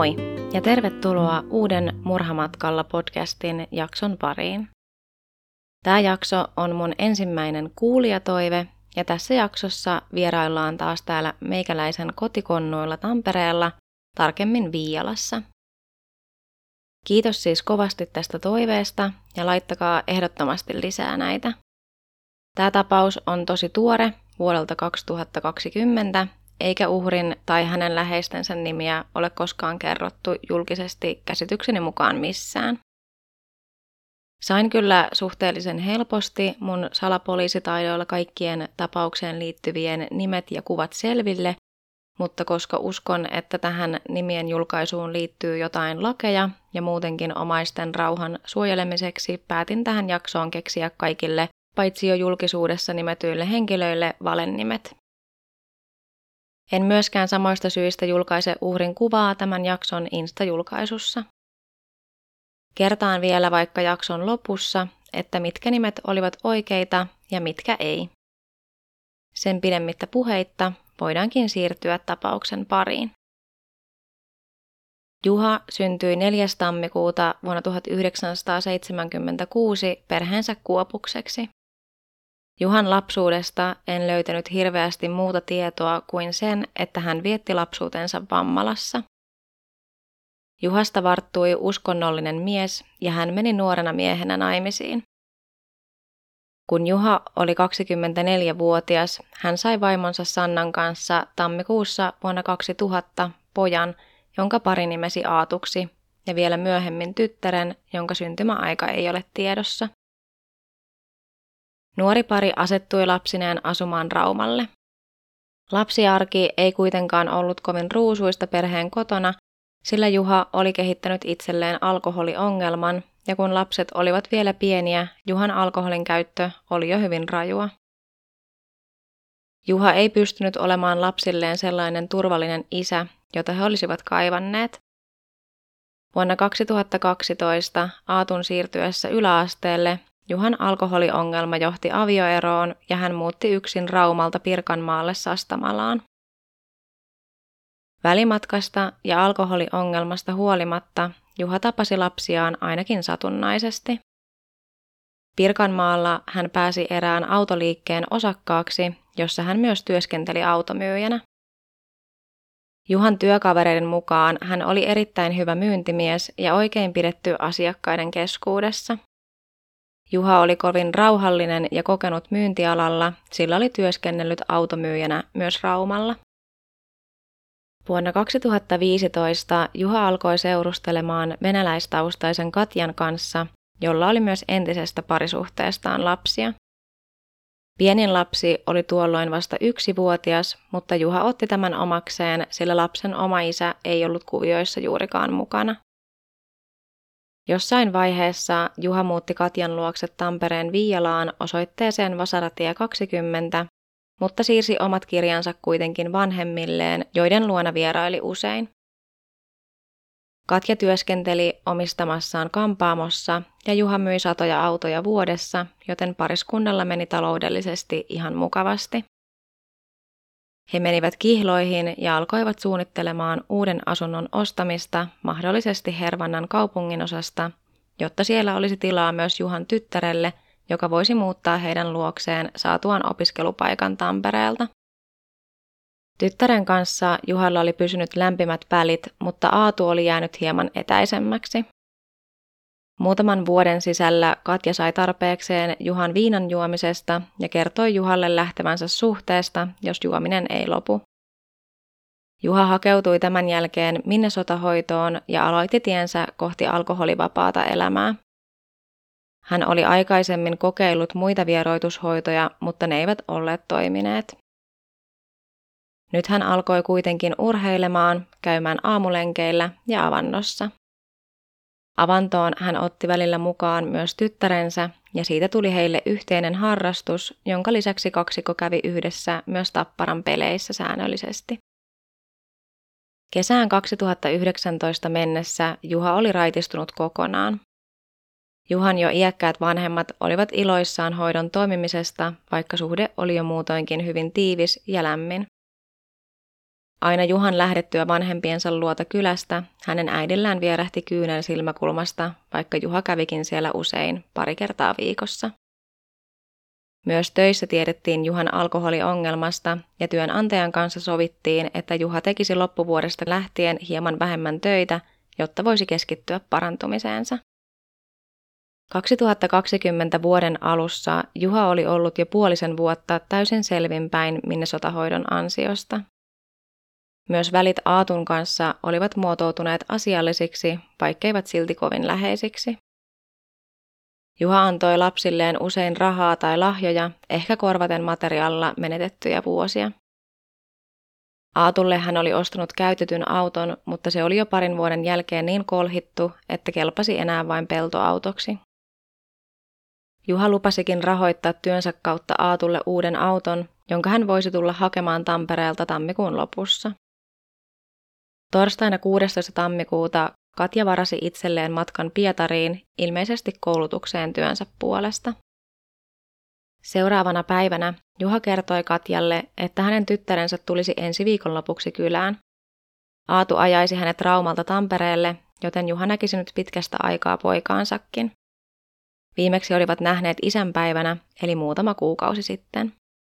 Moi ja tervetuloa uuden Murhamatkalla podcastin jakson pariin. Tämä jakso on mun ensimmäinen kuulijatoive ja tässä jaksossa vieraillaan taas täällä meikäläisen kotikonnuilla Tampereella, tarkemmin Viialassa. Kiitos siis kovasti tästä toiveesta ja laittakaa ehdottomasti lisää näitä. Tämä tapaus on tosi tuore vuodelta 2020, eikä uhrin tai hänen läheistensä nimiä ole koskaan kerrottu julkisesti käsitykseni mukaan missään. Sain kyllä suhteellisen helposti mun salapoliisitaidoilla kaikkien tapaukseen liittyvien nimet ja kuvat selville, mutta koska uskon, että tähän nimien julkaisuun liittyy jotain lakeja ja muutenkin omaisten rauhan suojelemiseksi, päätin tähän jaksoon keksiä kaikille paitsi jo julkisuudessa nimetyille henkilöille valenimet. En myöskään samoista syistä julkaise uhrin kuvaa tämän jakson Insta-julkaisussa. Kertaan vielä vaikka jakson lopussa, että mitkä nimet olivat oikeita ja mitkä ei. Sen pidemmittä puheitta voidaankin siirtyä tapauksen pariin. Juha syntyi 4. tammikuuta vuonna 1976 perheensä Kuopukseksi. Juhan lapsuudesta en löytänyt hirveästi muuta tietoa kuin sen, että hän vietti lapsuutensa Vammalassa. Juhasta varttui uskonnollinen mies ja hän meni nuorena miehenä naimisiin. Kun Juha oli 24-vuotias, hän sai vaimonsa Sannan kanssa tammikuussa vuonna 2000 pojan, jonka pari nimesi Aatuksi, ja vielä myöhemmin tyttären, jonka syntymäaika ei ole tiedossa. Nuori pari asettui lapsineen asumaan Raumalle. Lapsiarki ei kuitenkaan ollut kovin ruusuista perheen kotona, sillä Juha oli kehittänyt itselleen alkoholiongelman, ja kun lapset olivat vielä pieniä, Juhan alkoholin käyttö oli jo hyvin rajua. Juha ei pystynyt olemaan lapsilleen sellainen turvallinen isä, jota he olisivat kaivanneet. Vuonna 2012 Aatun siirtyessä yläasteelle Juhan alkoholiongelma johti avioeroon ja hän muutti yksin Raumalta Pirkanmaalle Sastamalaan. Välimatkasta ja alkoholiongelmasta huolimatta Juha tapasi lapsiaan ainakin satunnaisesti. Pirkanmaalla hän pääsi erään autoliikkeen osakkaaksi, jossa hän myös työskenteli automyyjänä. Juhan työkavereiden mukaan hän oli erittäin hyvä myyntimies ja oikein pidetty asiakkaiden keskuudessa. Juha oli kovin rauhallinen ja kokenut myyntialalla, sillä oli työskennellyt automyyjänä myös Raumalla. Vuonna 2015 Juha alkoi seurustelemaan venäläistaustaisen Katjan kanssa, jolla oli myös entisestä parisuhteestaan lapsia. Pienin lapsi oli tuolloin vasta 1-vuotias, mutta Juha otti tämän omakseen, sillä lapsen oma isä ei ollut kuvioissa juurikaan mukana. Jossain vaiheessa Juha muutti Katjan luokse Tampereen Viialaan osoitteeseen Vasaratie 20, mutta siirsi omat kirjansa kuitenkin vanhemmilleen, joiden luona vieraili usein. Katja työskenteli omistamassaan kampaamossa ja Juha myi satoja autoja vuodessa, joten pariskunnalla meni taloudellisesti ihan mukavasti. He menivät kihloihin ja alkoivat suunnittelemaan uuden asunnon ostamista mahdollisesti Hervannan kaupunginosasta, jotta siellä olisi tilaa myös Juhan tyttärelle, joka voisi muuttaa heidän luokseen saatuaan opiskelupaikan Tampereelta. Tyttären kanssa Juhalla oli pysynyt lämpimät välit, mutta Aatu oli jäänyt hieman etäisemmäksi. Muutaman vuoden sisällä Katja sai tarpeekseen Juhan viinan juomisesta ja kertoi Juhalle lähtevänsä suhteesta, jos juominen ei lopu. Juha hakeutui tämän jälkeen Minnesota-hoitoon ja aloitti tiensä kohti alkoholivapaata elämää. Hän oli aikaisemmin kokeillut muita vieroitushoitoja, mutta ne eivät olleet toimineet. Nyt hän alkoi kuitenkin urheilemaan, käymään aamulenkeillä ja avannossa. Avantoon hän otti välillä mukaan myös tyttärensä ja siitä tuli heille yhteinen harrastus, jonka lisäksi kaksikko kävi yhdessä myös Tapparan peleissä säännöllisesti. Kesään 2019 mennessä Juha oli raitistunut kokonaan. Juhan jo iäkkäät vanhemmat olivat iloissaan hoidon toimimisesta, vaikka suhde oli jo muutoinkin hyvin tiivis ja lämmin. Aina Juhan lähdettyä vanhempiensa luota kylästä hänen äidillään vierähti kyynel silmäkulmasta, vaikka Juha kävikin siellä usein, pari kertaa viikossa. Myös töissä tiedettiin Juhan alkoholiongelmasta ja työnantajan kanssa sovittiin, että Juha tekisi loppuvuodesta lähtien hieman vähemmän töitä, jotta voisi keskittyä parantumiseensa. 2020 vuoden alussa Juha oli ollut jo puolisen vuotta täysin selvinpäin Minnesota-hoidon ansiosta. Myös välit Aatun kanssa olivat muotoutuneet asiallisiksi, vaikkeivat silti kovin läheisiksi. Juha antoi lapsilleen usein rahaa tai lahjoja, ehkä korvaten materiaalilla menetettyjä vuosia. Aatulle hän oli ostanut käytetyn auton, mutta se oli jo parin vuoden jälkeen niin kolhittu, että kelpasi enää vain peltoautoksi. Juha lupasikin rahoittaa työnsä kautta Aatulle uuden auton, jonka hän voisi tulla hakemaan Tampereelta tammikuun lopussa. Torstaina 16. tammikuuta Katja varasi itselleen matkan Pietariin, ilmeisesti koulutukseen työnsä puolesta. Seuraavana päivänä Juha kertoi Katjalle, että hänen tyttärensä tulisi ensi viikonlopuksi kylään. Aatu ajaisi hänet Raumalta Tampereelle, joten Juha näkisi nyt pitkästä aikaa poikaansakin. Viimeksi olivat nähneet isänpäivänä, eli muutama kuukausi sitten.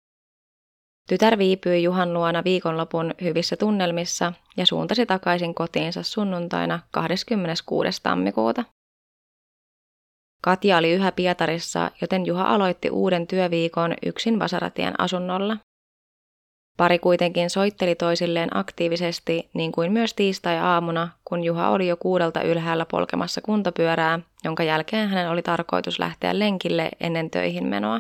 Tytär viipyi Juhan luona viikonlopun hyvissä tunnelmissa ja suuntasi takaisin kotiinsa sunnuntaina 26. tammikuuta. Katja oli yhä Pietarissa, joten Juha aloitti uuden työviikon yksin Vasaratien asunnolla. Pari kuitenkin soitteli toisilleen aktiivisesti, niin kuin myös tiistai-aamuna, kun Juha oli jo 6 ylhäällä polkemassa kuntopyörää, jonka jälkeen hänen oli tarkoitus lähteä lenkille ennen töihin menoa.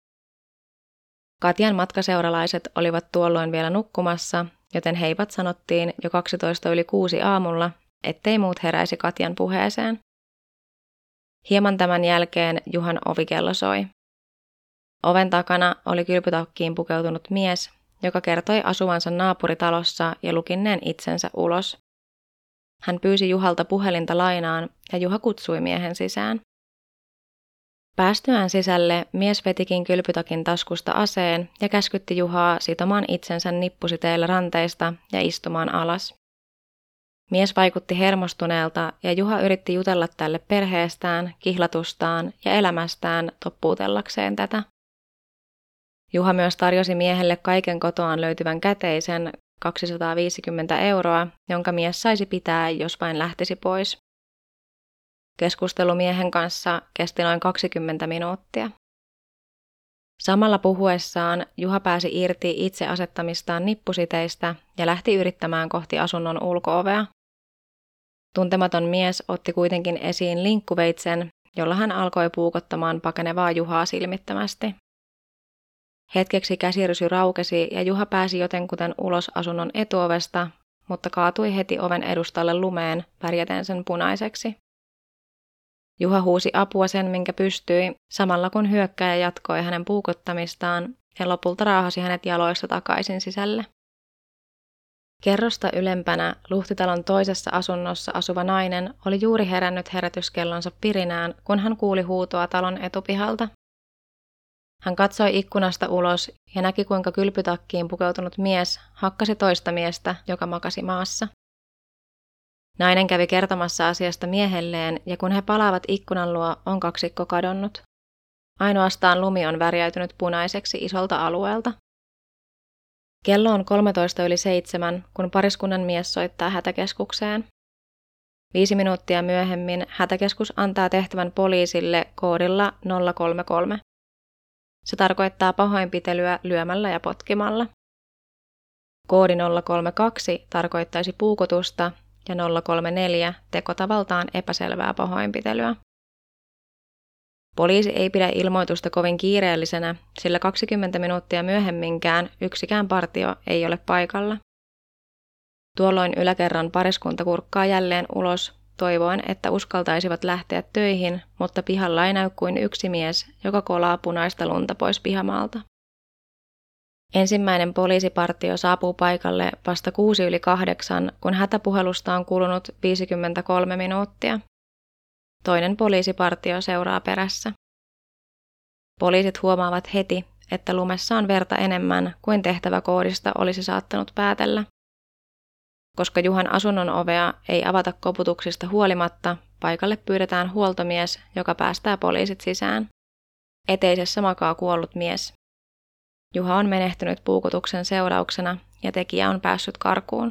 Katjan matkaseuralaiset olivat tuolloin vielä nukkumassa, joten heivät sanottiin jo 6:12 aamulla, ettei muut heräisi Katjan puheeseen. Hieman tämän jälkeen Juhan ovikello soi. Oven takana oli kylpytakkiin pukeutunut mies, joka kertoi asuvansa naapuritalossa ja lukinneen itsensä ulos. Hän pyysi Juhalta puhelinta lainaan ja Juha kutsui miehen sisään. Päästyään sisälle mies vetikin kylpytakin taskusta aseen ja käskytti Juhaa sitomaan itsensä nippusiteillä ranteista ja istumaan alas. Mies vaikutti hermostuneelta ja Juha yritti jutella tälle perheestään, kihlatustaan ja elämästään toppuutellakseen tätä. Juha myös tarjosi miehelle kaiken kotoaan löytyvän käteisen 250 €, jonka mies saisi pitää, jos vain lähtisi pois. Keskustelu miehen kanssa kesti noin 20 minuuttia. Samalla puhuessaan Juha pääsi irti itse asettamistaan nippusiteistä ja lähti yrittämään kohti asunnon ulko-ovea. Tuntematon mies otti kuitenkin esiin linkkuveitsen, jolla hän alkoi puukottamaan pakenevaa Juhaa silmittömästi. Hetkeksi käsirysy raukesi ja Juha pääsi jotenkuten ulos asunnon etuovesta, mutta kaatui heti oven edustalle lumeen värjäten sen punaiseksi. Juha huusi apua sen, minkä pystyi, samalla kun hyökkääjä jatkoi hänen puukottamistaan ja lopulta raahasi hänet jaloista takaisin sisälle. Kerrosta ylempänä Luhtitalon toisessa asunnossa asuva nainen oli juuri herännyt herätyskellonsa pirinään, kun hän kuuli huutoa talon etupihalta. Hän katsoi ikkunasta ulos ja näki, kuinka kylpytakkiin pukeutunut mies hakkasi toista miestä, joka makasi maassa. Nainen kävi kertomassa asiasta miehelleen ja kun he palaavat ikkunan luo, on kaksikko kadonnut. Ainoastaan lumi on värjäytynyt punaiseksi isolta alueelta. Kello on 7:13, kun pariskunnan mies soittaa hätäkeskukseen. 5 minuuttia myöhemmin hätäkeskus antaa tehtävän poliisille koodilla 033. Se tarkoittaa pahoinpitelyä lyömällä ja potkimalla. Koodi 032 tarkoittaisi puukotusta ja 034 tekotavaltaan epäselvää pahoinpitelyä. Poliisi ei pidä ilmoitusta kovin kiireellisenä, sillä 20 minuuttia myöhemminkään yksikään partio ei ole paikalla. Tuolloin yläkerran pariskunta kurkkaa jälleen ulos, toivoen, että uskaltaisivat lähteä töihin, mutta pihalla ei näy kuin yksi mies, joka kolaa punaista lunta pois pihamaalta. Ensimmäinen poliisipartio saapuu paikalle vasta 7:06, kun hätäpuhelusta on kulunut 53 minuuttia. Toinen poliisipartio seuraa perässä. Poliisit huomaavat heti, että lumessa on verta enemmän kuin tehtäväkoodista olisi saattanut päätellä. Koska Juhan asunnon ovea ei avata koputuksista huolimatta, paikalle pyydetään huoltomies, joka päästää poliisit sisään. Eteisessä makaa kuollut mies. Juha on menehtynyt puukotuksen seurauksena ja tekijä on päässyt karkuun.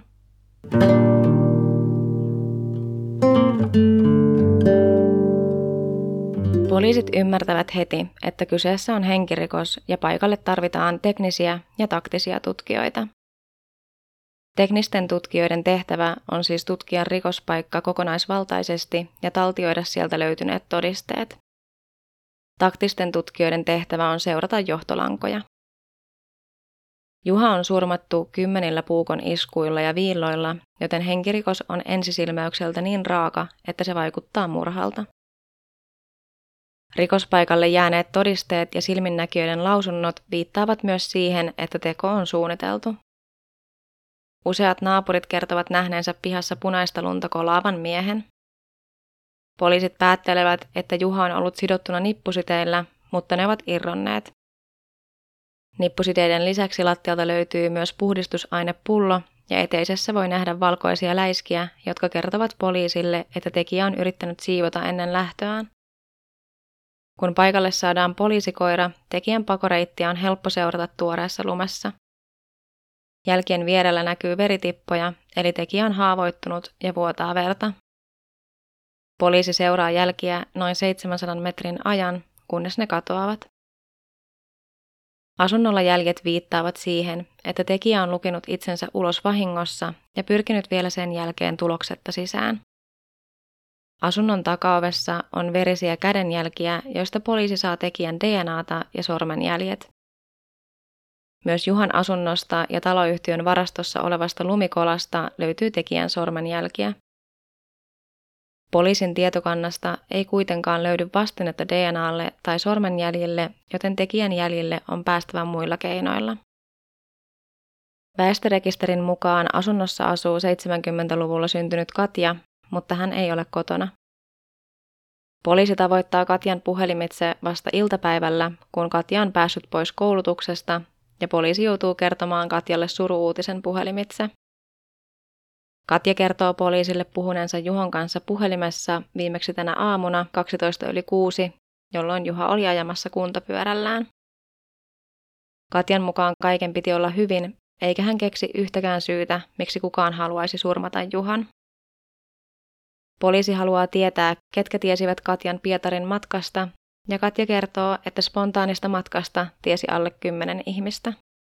Poliisit ymmärtävät heti, että kyseessä on henkirikos ja paikalle tarvitaan teknisiä ja taktisia tutkijoita. Teknisten tutkijoiden tehtävä on siis tutkia rikospaikka kokonaisvaltaisesti ja taltioida sieltä löytyneet todisteet. Taktisten tutkijoiden tehtävä on seurata johtolankoja. Juha on surmattu 10 puukon iskuilla ja viilloilla, joten henkirikos on ensisilmäykseltä niin raaka, että se vaikuttaa murhalta. Rikospaikalle jääneet todisteet ja silminnäkijöiden lausunnot viittaavat myös siihen, että teko on suunniteltu. Useat naapurit kertovat nähneensä pihassa punaista lunta kolaavan miehen. Poliisit päättelevät, että Juha on ollut sidottuna nippusiteillä, mutta ne ovat irronneet. Nippusiteiden lisäksi lattialta löytyy myös puhdistusainepullo ja eteisessä voi nähdä valkoisia läiskiä, jotka kertovat poliisille, että tekijä on yrittänyt siivota ennen lähtöään. Kun paikalle saadaan poliisikoira, tekijän pakoreittiä on helppo seurata tuoreessa lumessa. Jälkien vierellä näkyy veritippoja, eli tekijä on haavoittunut ja vuotaa verta. Poliisi seuraa jälkiä noin 700 metrin ajan, kunnes ne katoavat. Asunnolla jäljet viittaavat siihen, että tekijä on lukinut itsensä ulos vahingossa ja pyrkinyt vielä sen jälkeen tuloksetta sisään. Asunnon takaovessa on verisiä kädenjälkiä, joista poliisi saa tekijän DNAta ja sormenjäljet. Myös Juhan asunnosta ja taloyhtiön varastossa olevasta lumikolasta löytyy tekijän sormenjälkiä. Poliisin tietokannasta ei kuitenkaan löydy vastinetta DNAlle tai sormenjäljille, joten tekijän jäljille on päästävä muilla keinoilla. Väestörekisterin mukaan asunnossa asuu 70-luvulla syntynyt Katja, mutta hän ei ole kotona. Poliisi tavoittaa Katjan puhelimitse vasta iltapäivällä, kun Katja on päässyt pois koulutuksesta, ja poliisi joutuu kertomaan Katjalle suru-uutisen puhelimitse. Katja kertoo poliisille puhuneensa Juhon kanssa puhelimessa viimeksi tänä aamuna 6:12, jolloin Juha oli ajamassa kuntopyörällään. Katjan mukaan kaiken piti olla hyvin, eikä hän keksi yhtäkään syytä, miksi kukaan haluaisi surmata Juhan. Poliisi haluaa tietää, ketkä tiesivät Katjan Pietarin matkasta, ja Katja kertoo, että spontaanista matkasta tiesi alle 10 ihmistä.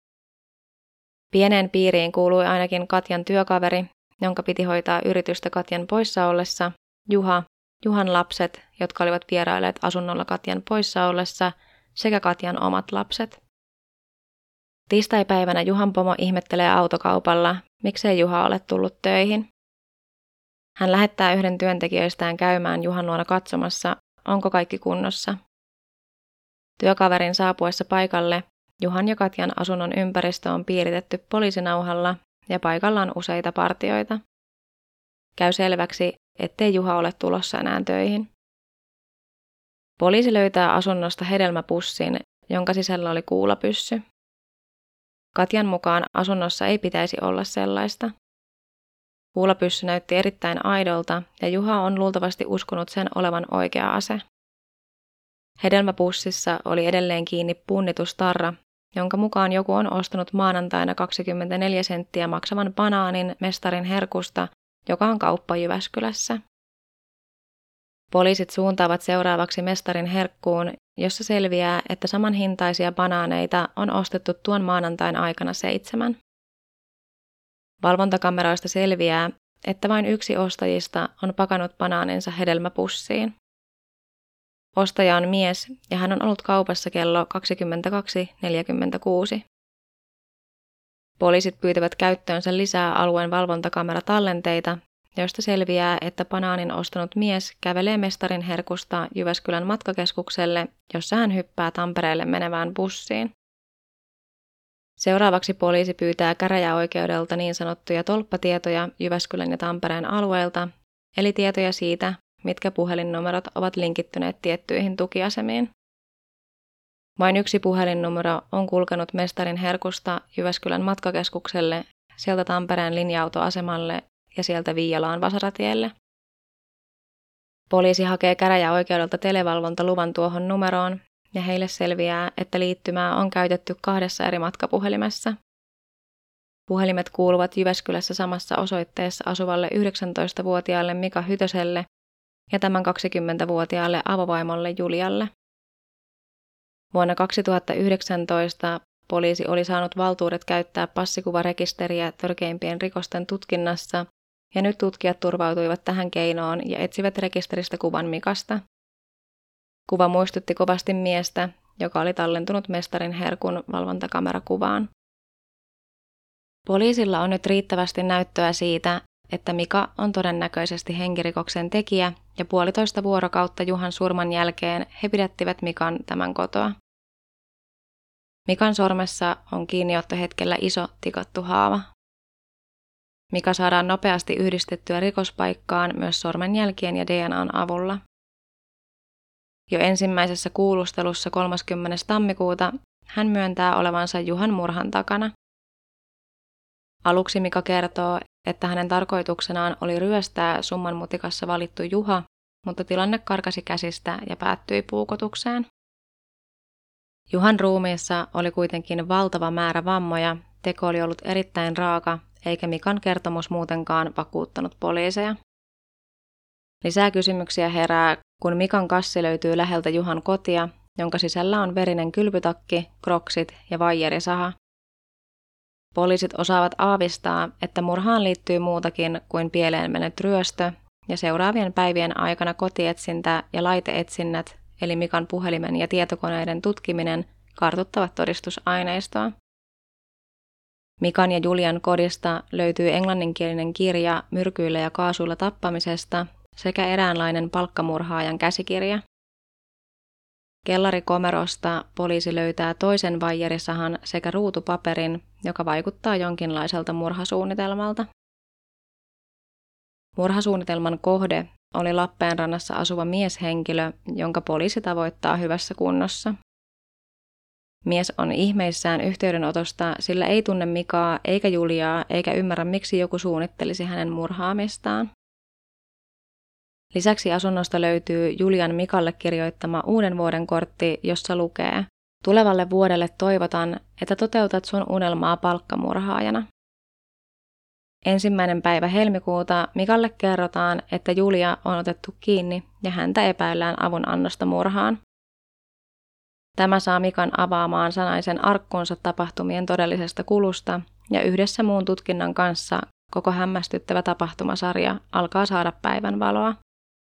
Pieneen piiriin kuului ainakin Katjan työkaveri, jonka piti hoitaa yritystä Katjan poissa ollessa, Juha, Juhan lapset, jotka olivat vierailleet asunnolla Katjan poissa ollessa, sekä Katjan omat lapset. Tiistaipäivänä Juhan pomo ihmettelee autokaupalla, miksei Juha ole tullut töihin. Hän lähettää yhden työntekijöistään käymään Juhan luona katsomassa, onko kaikki kunnossa. Työkaverin saapuessa paikalle Juhan ja Katjan asunnon ympäristö on piiritetty poliisinauhalla ja paikalla on useita partioita. Käy selväksi, ettei Juha ole tulossa enää töihin. Poliisi löytää asunnosta hedelmäpussin, jonka sisällä oli kuulapyssy. Katjan mukaan asunnossa ei pitäisi olla sellaista. Kuulapyssy näytti erittäin aidolta ja Juha on luultavasti uskonut sen olevan oikea ase. Hedelmäpussissa oli edelleen kiinni punnitustarra, jonka mukaan joku on ostanut maanantaina 24 senttiä maksavan banaanin Mestarin herkusta, joka on kauppa Jyväskylässä. Poliisit suuntaavat seuraavaksi Mestarin herkkuun, jossa selviää, että samanhintaisia banaaneita on ostettu tuon maanantain aikana 7. Valvontakameroista selviää, että vain yksi ostajista on pakannut banaaninsa hedelmäpussiin. Ostaja on mies ja hän on ollut kaupassa kello 22:46. Poliisit pyytävät käyttöönsä lisää alueen valvontakameratallenteita, joista selviää, että banaanin ostanut mies kävelee Mestarin herkusta Jyväskylän matkakeskukselle, jossa hän hyppää Tampereelle menevään bussiin. Seuraavaksi poliisi pyytää käräjäoikeudelta niin sanottuja tolppatietoja Jyväskylän ja Tampereen alueelta, eli tietoja siitä, mitkä puhelinnumerot ovat linkittyneet tiettyihin tukiasemiin. Vain yksi puhelinnumero on kulkenut Mestarin herkusta Jyväskylän matkakeskukselle, sieltä Tampereen linja-autoasemalle ja sieltä Viialaan Vasaratielle. Poliisi hakee käräjäoikeudelta televalvontaluvan tuohon numeroon ja heille selviää, että liittymää on käytetty 2 eri matkapuhelimessa. Puhelimet kuuluvat Jyväskylässä samassa osoitteessa asuvalle 19-vuotiaalle Mika Hytöselle ja tämän 20-vuotiaalle avovaimolle Julialle. Vuonna 2019 poliisi oli saanut valtuudet käyttää passikuvarekisteriä törkeimpien rikosten tutkinnassa, ja nyt tutkijat turvautuivat tähän keinoon ja etsivät rekisteristä kuvan Mikasta. Kuva muistutti kovasti miestä, joka oli tallentunut mestarin herkun valvontakamerakuvaan. Poliisilla on nyt riittävästi näyttöä siitä, että Mika on todennäköisesti henkirikoksen tekijä, ja 1,5 vuorokautta Juhan surman jälkeen he pidättivät Mikan tämän kotoa. Mikan sormessa on kiinniottohetkellä iso tikattu haava. Mika saadaan nopeasti yhdistettyä rikospaikkaan myös sormenjälkien ja DNAn avulla. Jo ensimmäisessä kuulustelussa 30. tammikuuta hän myöntää olevansa Juhan murhan takana. Aluksi Mika kertoo, että hänen tarkoituksenaan oli ryöstää summan mutikassa valittu Juha, mutta tilanne karkasi käsistä ja päättyi puukotukseen. Juhan ruumiissa oli kuitenkin valtava määrä vammoja, teko oli ollut erittäin raaka, eikä Mikan kertomus muutenkaan vakuuttanut poliiseja. Lisää kysymyksiä herää, kun Mikan kassi löytyy läheltä Juhan kotia, jonka sisällä on verinen kylpytakki, kroksit ja vaijerisaha. Poliisit osaavat aavistaa, että murhaan liittyy muutakin kuin pieleen mennyt ryöstö, ja seuraavien päivien aikana kotietsintä ja laiteetsinnät, eli Mikan puhelimen ja tietokoneiden tutkiminen, kartuttavat todistusaineistoa. Mikan ja Julian kodista löytyy englanninkielinen kirja myrkyillä ja kaasuilla tappamisesta sekä eräänlainen palkkamurhaajan käsikirja. Kellarikomerosta poliisi löytää toisen vaijerisahan sekä ruutupaperin, joka vaikuttaa jonkinlaiselta murhasuunnitelmalta. Murhasuunnitelman kohde oli Lappeenrannassa asuva mieshenkilö, jonka poliisi tavoittaa hyvässä kunnossa. Mies on ihmeissään yhteydenotosta, sillä ei tunne Mikaa eikä Juliaa eikä ymmärrä, miksi joku suunnittelisi hänen murhaamistaan. Lisäksi asunnosta löytyy Julian Mikalle kirjoittama uuden vuoden kortti, jossa lukee: "Tulevalle vuodelle toivotan, että toteutat sun unelmaa palkkamurhaajana." 1. päivä helmikuuta Mikalle kerrotaan, että Julia on otettu kiinni ja häntä epäillään avunannosta murhaan. Tämä saa Mikan avaamaan sanaisen arkkunsa tapahtumien todellisesta kulusta, ja yhdessä muun tutkinnan kanssa koko hämmästyttävä tapahtumasarja alkaa saada päivänvaloa.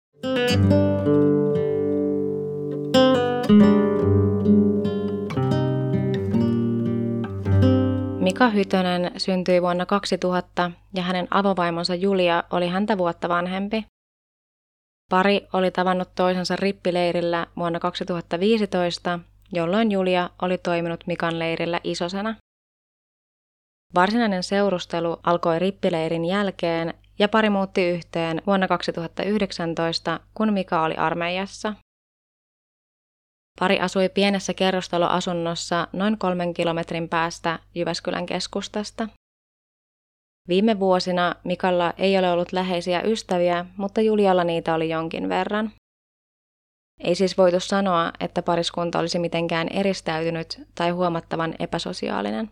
Mika Hytönen syntyi vuonna 2000 ja hänen avovaimonsa Julia oli häntä vuotta vanhempi. Pari oli tavannut toisensa rippileirillä vuonna 2015, jolloin Julia oli toiminut Mikan leirillä isosena. Varsinainen seurustelu alkoi rippileirin jälkeen ja pari muutti yhteen vuonna 2019, kun Mika oli armeijassa. Pari asui pienessä kerrostaloasunnossa noin 3 kilometrin päästä Jyväskylän keskustasta. Viime vuosina Mikalla ei ole ollut läheisiä ystäviä, mutta Julialla niitä oli jonkin verran. Ei siis voitu sanoa, että pariskunta olisi mitenkään eristäytynyt tai huomattavan epäsosiaalinen.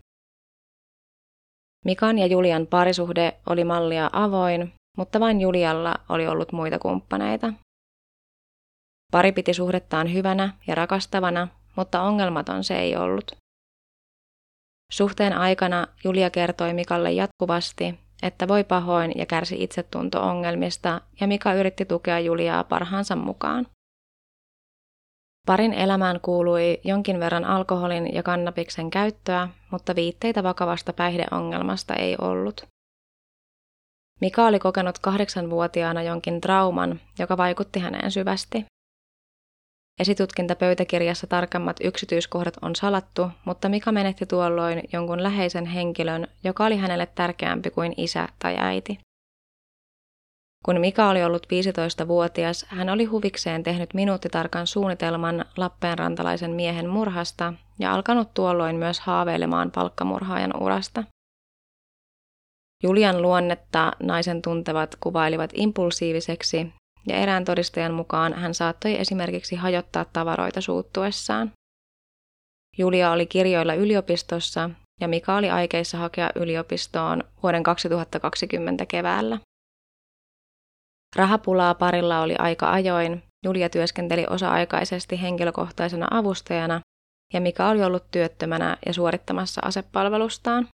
Mikan ja Julian parisuhde oli mallia avoin, mutta vain Julialla oli ollut muita kumppaneita. Pari piti suhdettaan hyvänä ja rakastavana, mutta ongelmaton se ei ollut. Suhteen aikana Julia kertoi Mikalle jatkuvasti, että voi pahoin ja kärsi itsetunto-ongelmista, ja Mika yritti tukea Juliaa parhaansa mukaan. Parin elämään kuului jonkin verran alkoholin ja kannabiksen käyttöä, mutta viitteitä vakavasta päihdeongelmasta ei ollut. Mika oli kokenut 8-vuotiaana jonkin trauman, joka vaikutti häneen syvästi. Esitutkintapöytäkirjassa tarkemmat yksityiskohdat on salattu, mutta Mika menetti tuolloin jonkun läheisen henkilön, joka oli hänelle tärkeämpi kuin isä tai äiti. Kun Mika oli ollut 15-vuotias, hän oli huvikseen tehnyt minuuttitarkan suunnitelman lappeenrantalaisen miehen murhasta ja alkanut tuolloin myös haaveilemaan palkkamurhaajan urasta. Julian luonnetta naisen tuntevat kuvailivat impulsiiviseksi, ja erään todistajan mukaan hän saattoi esimerkiksi hajottaa tavaroita suuttuessaan. Julia oli kirjoilla yliopistossa, ja Mika oli aikeissa hakea yliopistoon vuoden 2020 keväällä. Rahapulaa parilla oli aika ajoin. Julia työskenteli osa-aikaisesti henkilökohtaisena avustajana, ja Mika oli ollut työttömänä ja suorittamassa asepalvelustaan.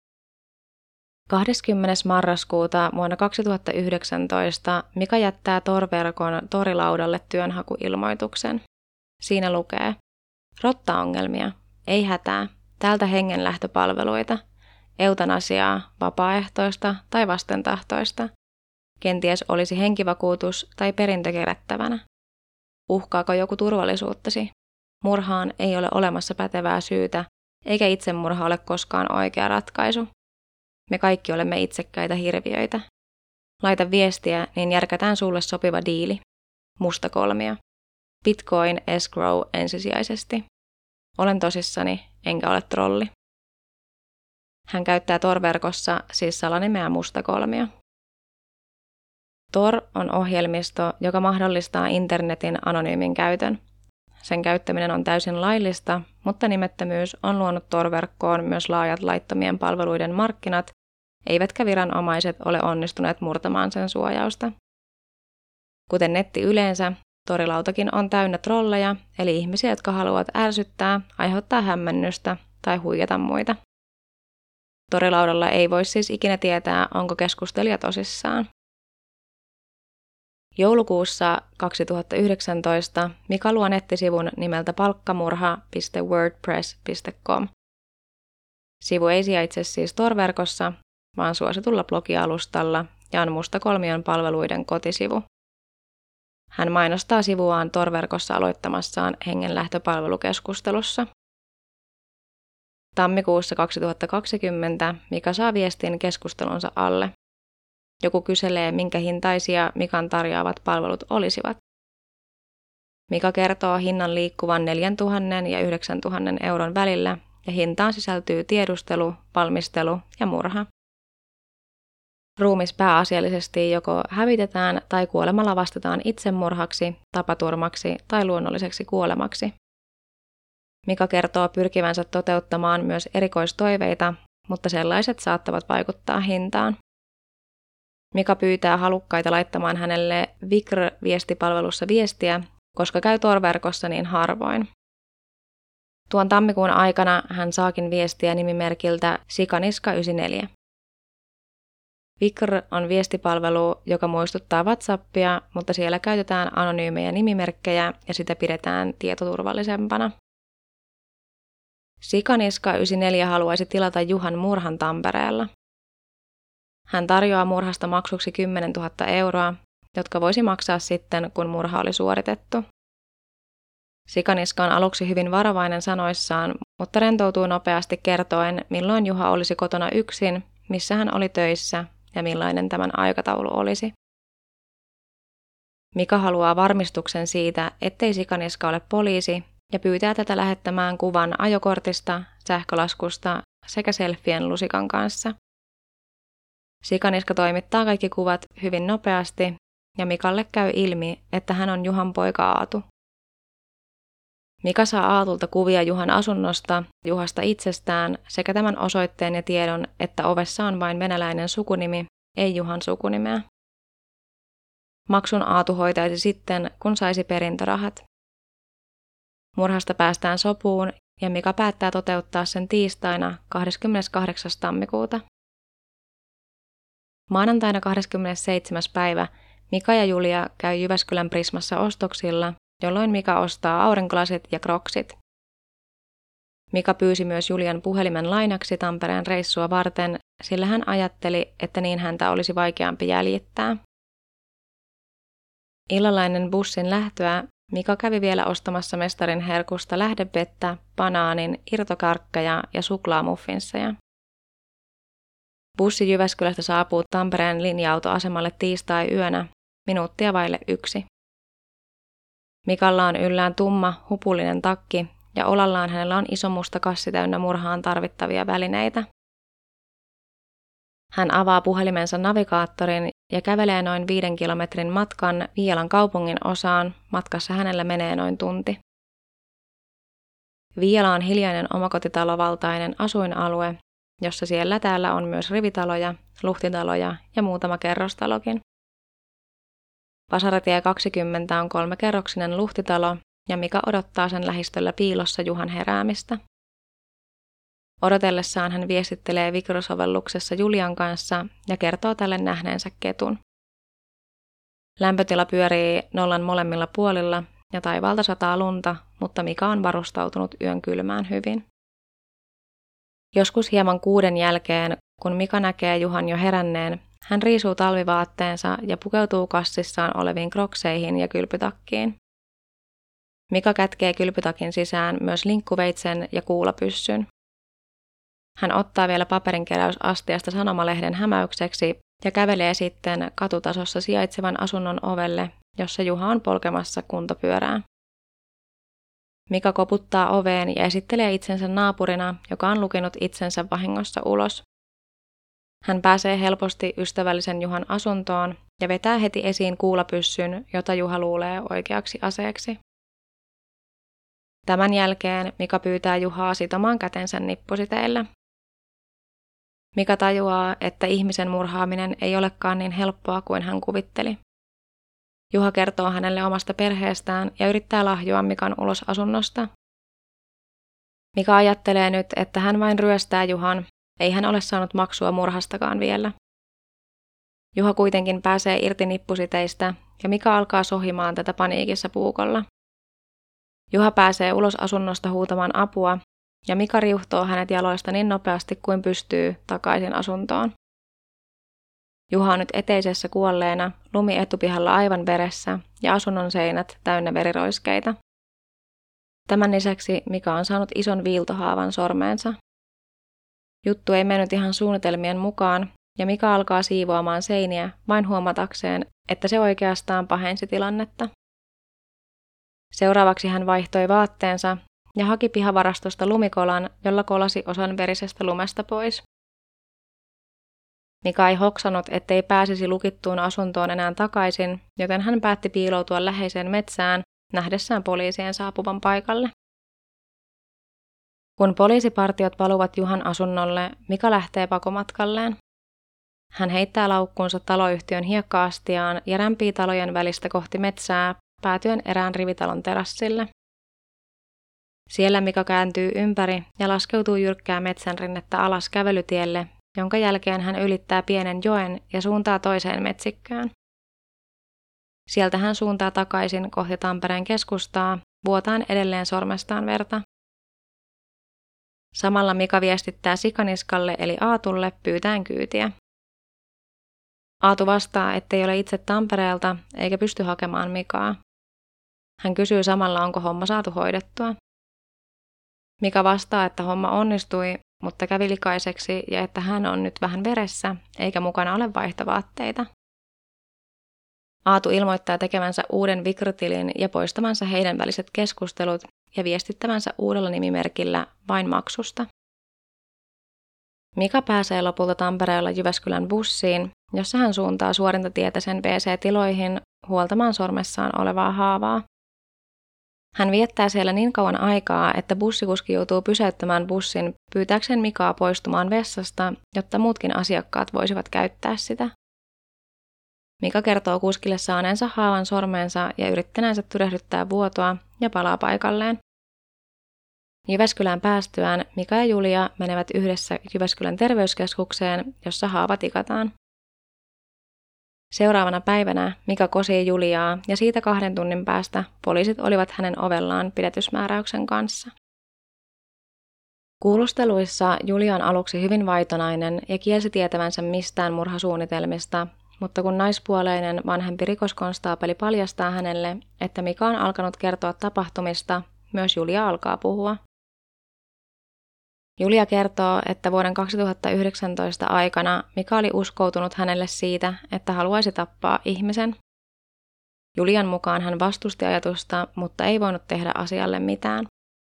20. marraskuuta vuonna 2019 Mika jättää Tor-verkon torilaudalle työnhakuilmoituksen. Siinä lukee: rottaongelmia, ei hätää, täältä hengenlähtöpalveluita, eutanasiaa, vapaaehtoista tai vastentahtoista. Kenties olisi henkivakuutus tai perintö kerättävänä. Uhkaako joku turvallisuuttasi? Murhaan ei ole olemassa pätevää syytä, eikä itsemurha ole koskaan oikea ratkaisu. Me kaikki olemme itsekkäitä hirviöitä. Laita viestiä, niin järkätään sulle sopiva diili. Musta kolmio. Bitcoin escrow ensisijaisesti. Olen tosissani, enkä ole trolli. Hän käyttää Tor-verkossa siis salanimeä Musta kolmio. Tor on ohjelmisto, joka mahdollistaa internetin anonyymin käytön. Sen käyttäminen on täysin laillista, mutta nimettömyys on luonut Tor-verkkoon myös laajat laittomien palveluiden markkinat, eivätkä viranomaiset ole onnistuneet murtamaan sen suojausta. Kuten netti yleensä, Torilautakin on täynnä trolleja, eli ihmisiä, jotka haluavat ärsyttää, aiheuttaa hämmennystä tai huijata muita. Torilaudalla ei voi siis ikinä tietää, onko keskustelija tosissaan. Joulukuussa 2019 Mika luo nettisivun nimeltä palkkamurha.wordpress.com. Sivu ei sijaitse siis Tor-verkossa, vaan suositulla blogialustalla ja on Musta kolmion palveluiden kotisivu. Hän mainostaa sivuaan Tor-verkossa aloittamassaan hengenlähtöpalvelukeskustelussa. Tammikuussa 2020 Mika saa viestin keskustelunsa alle. Joku kyselee, minkä hintaisia Mikan tarjoavat palvelut olisivat. Mika kertoo hinnan liikkuvan 4 000 ja 9 000 euron välillä, ja hintaan sisältyy tiedustelu, valmistelu ja murha. Ruumis pääasiallisesti joko hävitetään tai kuolemalla vastataan itsemurhaksi, tapaturmaksi tai luonnolliseksi kuolemaksi. Mika kertoo pyrkivänsä toteuttamaan myös erikoistoiveita, mutta sellaiset saattavat vaikuttaa hintaan. Mika pyytää halukkaita laittamaan hänelle Vikr-viestipalvelussa viestiä, koska käy Tor-verkossa niin harvoin. Tuon tammikuun aikana hän saakin viestiä nimimerkiltä Sikaniska94. Vikr on viestipalvelu, joka muistuttaa WhatsAppia, mutta siellä käytetään anonyymejä nimimerkkejä ja sitä pidetään tietoturvallisempana. Sikaniska94 haluaisi tilata Juhan murhan Tampereella. Hän tarjoaa murhasta maksuksi 10 000 euroa, jotka voisi maksaa sitten, kun murha oli suoritettu. Sikaniska on aluksi hyvin varovainen sanoissaan, mutta rentoutuu nopeasti kertoen, milloin Juha olisi kotona yksin, missä hän oli töissä ja millainen tämän aikataulu olisi. Mika haluaa varmistuksen siitä, ettei Sikaniska ole poliisi, ja pyytää tätä lähettämään kuvan ajokortista, sähkölaskusta sekä selfien lusikan kanssa. Sikaniska toimittaa kaikki kuvat hyvin nopeasti, ja Mikalle käy ilmi, että hän on Juhan poika Aatu. Mika saa Aatulta kuvia Juhan asunnosta, Juhasta itsestään sekä tämän osoitteen ja tiedon, että ovessa on vain venäläinen sukunimi, ei Juhan sukunimeä. Maksun Aatu hoitaisi sitten, kun saisi perintörahat. Murhasta päästään sopuun ja Mika päättää toteuttaa sen tiistaina 28. tammikuuta. Maanantaina 27. päivä Mika ja Julia käy Jyväskylän Prismassa ostoksilla, jolloin Mika ostaa aurinkolasit ja kroksit. Mika pyysi myös Julian puhelimen lainaksi Tampereen reissua varten, sillä hän ajatteli, että niin häntä olisi vaikeampi jäljittää. Illalla ennen bussin lähtöä Mika kävi vielä ostamassa mestarin herkusta lähdevettä, banaanin, irtokarkkeja ja suklaamuffinsseja. Bussi Jyväskylästä saapuu Tampereen linja-autoasemalle tiistai-yönä, minuuttia vaille 1. Mikalla on yllään tumma, hupullinen takki ja olallaan hänellä on iso musta kassi täynnä murhaan tarvittavia välineitä. Hän avaa puhelimensa navigaattorin ja kävelee noin 5 kilometrin matkan Viialan kaupungin osaan. Matkassa hänellä menee noin tunti. Viiala on hiljainen omakotitalovaltainen asuinalue, jossa siellä täällä on myös rivitaloja, luhtitaloja ja muutama kerrostalokin. Vasaratie 20 on 3-kerroksinen luhtitalo ja Mika odottaa sen lähistöllä piilossa Juhan heräämistä. Odotellessaan hän viestittelee Vigru-sovelluksessa Julian kanssa ja kertoo tälle nähneensä ketun. Lämpötila pyörii nollan molemmilla puolilla ja taivaalta sataa lunta, mutta Mika on varustautunut yön kylmään hyvin. Joskus hieman 6 jälkeen, kun Mika näkee Juhan jo heränneen, hän riisuu talvivaatteensa ja pukeutuu kassissaan oleviin krokseihin ja kylpytakkiin. Mika kätkee kylpytakin sisään myös linkkuveitsen ja kuulapyssyn. Hän ottaa vielä paperinkeräysastiasta sanomalehden hämäykseksi ja kävelee sitten katutasossa sijaitsevan asunnon ovelle, jossa Juha on polkemassa kuntopyörää. Mika koputtaa oveen ja esittelee itsensä naapurina, joka on lukenut itsensä vahingossa ulos. Hän pääsee helposti ystävällisen Juhan asuntoon ja vetää heti esiin kuulapyssyn, jota Juha luulee oikeaksi aseeksi. Tämän jälkeen Mika pyytää Juhaa sitomaan kätensä nippusiteillä. Mika tajuaa, että ihmisen murhaaminen ei olekaan niin helppoa kuin hän kuvitteli. Juha kertoo hänelle omasta perheestään ja yrittää lahjoa Mikan ulos asunnosta. Mika ajattelee nyt, että hän vain ryöstää Juhan, ei hän ole saanut maksua murhastakaan vielä. Juha kuitenkin pääsee irti nippusiteistä ja Mika alkaa sohimaan tätä paniikissa puukolla. Juha pääsee ulos asunnosta huutamaan apua ja Mika riuhtoo hänet jaloista niin nopeasti kuin pystyy takaisin asuntoon. Juha on nyt eteisessä kuolleena, lumi etupihalla aivan veressä ja asunnon seinät täynnä veriroiskeita. Tämän lisäksi Mika on saanut ison viiltohaavan sormeensa. Juttu ei mennyt ihan suunnitelmien mukaan ja Mika alkaa siivoamaan seiniä vain huomatakseen, että se oikeastaan pahensi tilannetta. Seuraavaksi hän vaihtoi vaatteensa ja haki pihavarastosta lumikolan, jolla kolasi osan verisestä lumesta pois. Mika ei hoksannut, ettei pääsisi lukittuun asuntoon enää takaisin, joten hän päätti piiloutua läheiseen metsään nähdessään poliisien saapuvan paikalle. Kun poliisipartiot valuvat Juhan asunnolle, Mika lähtee pakomatkalleen. Hän heittää laukkunsa taloyhtiön hiekka-astiaan ja rämpii talojen välistä kohti metsää, päätyen erään rivitalon terassille. Siellä Mika kääntyy ympäri ja laskeutuu jyrkkää metsänrinnettä alas kävelytielle, jonka jälkeen hän ylittää pienen joen ja suuntaa toiseen metsikkään. Sieltä hän suuntaa takaisin kohti Tampereen keskustaa, vuotaen edelleen sormestaan verta. Samalla Mika viestittää Sikaniskalle eli Aatulle pyytäen kyytiä. Aatu vastaa, ettei ole itse Tampereelta eikä pysty hakemaan Mikaa. Hän kysyy samalla, onko homma saatu hoidettua. Mika vastaa, että homma onnistui, mutta kävi likaiseksi ja että hän on nyt vähän veressä eikä mukana ole vaihtovaatteita. Aatu ilmoittaa tekevänsä uuden Vigru-tilin ja poistavansa heidän väliset keskustelut ja viestittävänsä uudella nimimerkillä vain maksusta. Mika pääsee lopulta Tampereella Jyväskylän bussiin, jossa hän suuntaa suorintatietä sen WC-tiloihin huoltamaan sormessaan olevaa haavaa. Hän viettää siellä niin kauan aikaa, että bussikuski joutuu pysäyttämään bussin pyytääkseen Mikaa poistumaan vessasta, jotta muutkin asiakkaat voisivat käyttää sitä. Mika kertoo kuskille saaneensa haavan sormeensa ja yrittäneensä tyrehdyttää vuotoa ja palaa paikalleen. Jyväskylään päästyään Mika ja Julia menevät yhdessä Jyväskylän terveyskeskukseen, jossa haava tikataan. Seuraavana päivänä Mika kosii Juliaa ja siitä 2 tunnin päästä poliisit olivat hänen ovellaan pidätysmääräyksen kanssa. Kuulusteluissa Julia on aluksi hyvin vaitonainen ja kielsi tietävänsä mistään murhasuunnitelmista, mutta kun naispuoleinen vanhempi rikoskonstaapeli paljastaa hänelle, että Mika on alkanut kertoa tapahtumista, myös Julia alkaa puhua. Julia kertoo, että vuoden 2019 aikana Mika oli uskoutunut hänelle siitä, että haluaisi tappaa ihmisen. Julian mukaan hän vastusti ajatusta, mutta ei voinut tehdä asialle mitään.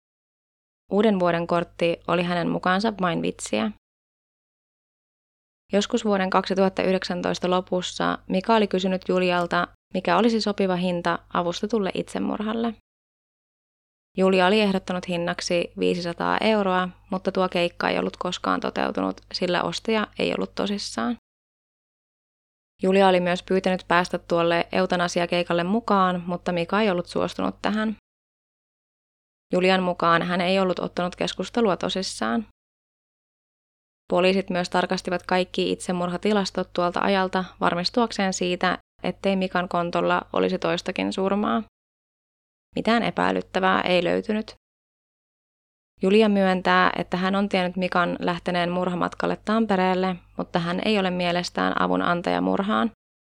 Uuden vuoden kortti oli hänen mukaansa vain vitsiä. Joskus vuoden 2019 lopussa Mika oli kysynyt Julialta, mikä olisi sopiva hinta avustetulle itsemurhalle. Julia oli ehdottanut hinnaksi 500 €, mutta tuo keikka ei ollut koskaan toteutunut, sillä ostaja ei ollut tosissaan. Julia oli myös pyytänyt päästä tuolle eutanasiakeikalle mukaan, mutta Mika ei ollut suostunut tähän. Julian mukaan hän ei ollut ottanut keskustelua tosissaan. Poliisit myös tarkastivat kaikki itsemurhatilastot tuolta ajalta varmistuakseen siitä, ettei Mikan kontolla olisi toistakin surmaa. Mitään epäilyttävää ei löytynyt. Julia myöntää, että hän on tiennyt Mikan lähteneen murhamatkalle Tampereelle, mutta hän ei ole mielestään avunantaja murhaan.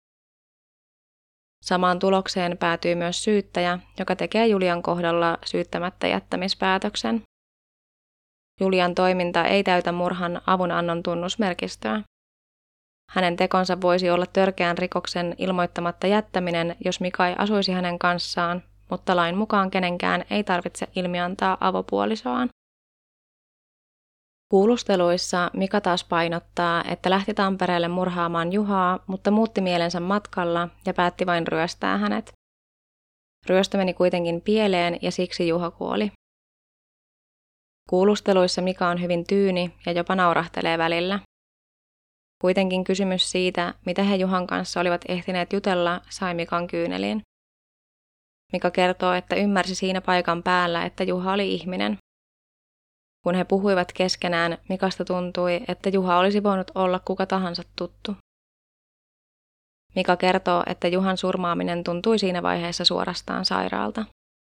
Samaan tulokseen päätyy myös syyttäjä, joka tekee Julian kohdalla syyttämättä jättämispäätöksen. Julian toiminta ei täytä murhan avunannon tunnusmerkistöä. Hänen tekonsa voisi olla törkeän rikoksen ilmoittamatta jättäminen, jos Mika ei asuisi hänen kanssaan, mutta lain mukaan kenenkään ei tarvitse ilmiantaa avopuolisoaan. Kuulusteluissa Mika taas painottaa, että lähti Tampereelle murhaamaan Juhaa, mutta muutti mielensä matkalla ja päätti vain ryöstää hänet. Ryöstö meni kuitenkin pieleen ja siksi Juha kuoli. Kuulusteluissa Mika on hyvin tyyni ja jopa naurahtelee välillä. Kuitenkin kysymys siitä, mitä he Juhan kanssa olivat ehtineet jutella, sai Mikan kyyneliin. Mika kertoo, että ymmärsi siinä paikan päällä, että Juha oli ihminen. Kun he puhuivat keskenään, Mikasta tuntui, että Juha olisi voinut olla kuka tahansa tuttu. Mika kertoo, että Juhan surmaaminen tuntui siinä vaiheessa suorastaan sairaalta.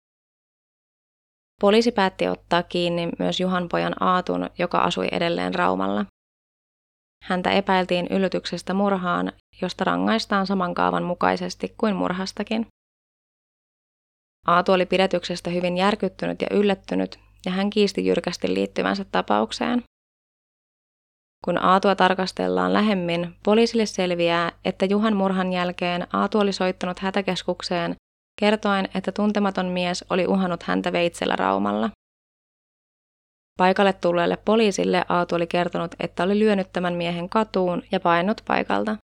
Poliisi päätti ottaa kiinni myös Juhan pojan Aatun, joka asui edelleen Raumalla. Häntä epäiltiin yllytyksestä murhaan, josta rangaistaan saman kaavan mukaisesti kuin murhastakin. Aatu oli pidätyksestä hyvin järkyttynyt ja yllättynyt, ja hän kiisti jyrkästi liittyvänsä tapaukseen. Kun Aatua tarkastellaan lähemmin, poliisille selviää, että Juhan murhan jälkeen Aatu oli soittanut hätäkeskukseen kertoen, että tuntematon mies oli uhannut häntä veitsellä Raumalla. Paikalle tulleelle poliisille Aatu oli kertonut, että oli lyönyt tämän miehen katuun ja paennut paikalta.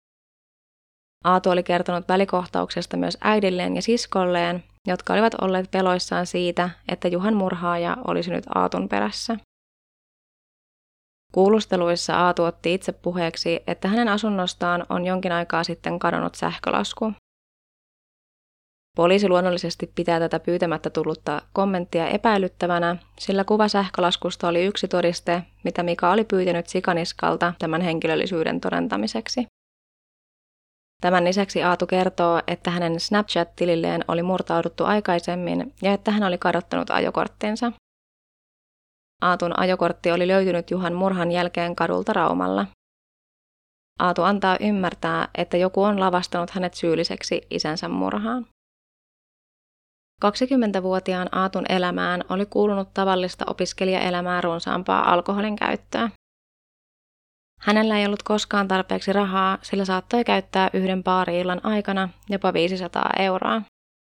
Aatu oli kertonut välikohtauksesta myös äidilleen ja siskolleen, jotka olivat olleet peloissaan siitä, että Juhan murhaaja olisi nyt Aatun perässä. Kuulusteluissa Aatu otti itse puheeksi, että hänen asunnostaan on jonkin aikaa sitten kadonnut sähkölasku. Poliisi luonnollisesti pitää tätä pyytämättä tullutta kommenttia epäilyttävänä, sillä kuva sähkölaskusta oli yksi todiste, mitä Mika oli pyytänyt Sikaniskalta tämän henkilöllisyyden todentamiseksi. Tämän lisäksi Aatu kertoo, että hänen Snapchat-tililleen oli murtauduttu aikaisemmin ja että hän oli kadottanut ajokorttinsa. Aatun ajokortti oli löytynyt Juhan murhan jälkeen kadulta Raumalla. Aatu antaa ymmärtää, että joku on lavastanut hänet syylliseksi isänsä murhaan. 20-vuotiaan Aatun elämään oli kuulunut tavallista opiskelijaelämää runsaampaa alkoholin käyttöä. Hänellä ei ollut koskaan tarpeeksi rahaa, sillä saattoi käyttää yhden baari-illan aikana jopa 500 €.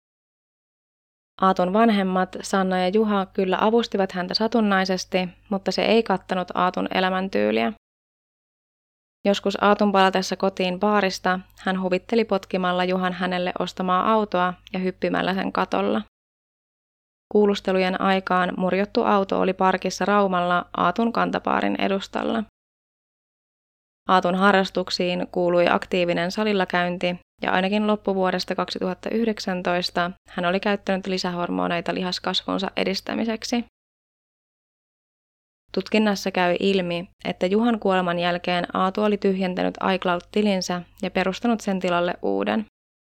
Aatun vanhemmat, Sanna ja Juha, kyllä avustivat häntä satunnaisesti, mutta se ei kattanut Aatun elämäntyyliä. Joskus Aatun palatessa kotiin baarista hän huvitteli potkimalla Juhan hänelle ostamaa autoa ja hyppimällä sen katolla. Kuulustelujen aikaan murjottu auto oli parkissa Raumalla Aatun kantapaarin edustalla. Aatun harrastuksiin kuului aktiivinen salilla käynti ja ainakin loppuvuodesta 2019 hän oli käyttänyt lisähormoneita lihaskasvunsa edistämiseksi. Tutkinnassa käy ilmi, että Juhan kuoleman jälkeen Aatu oli tyhjentänyt iCloud-tilinsä ja perustanut sen tilalle uuden.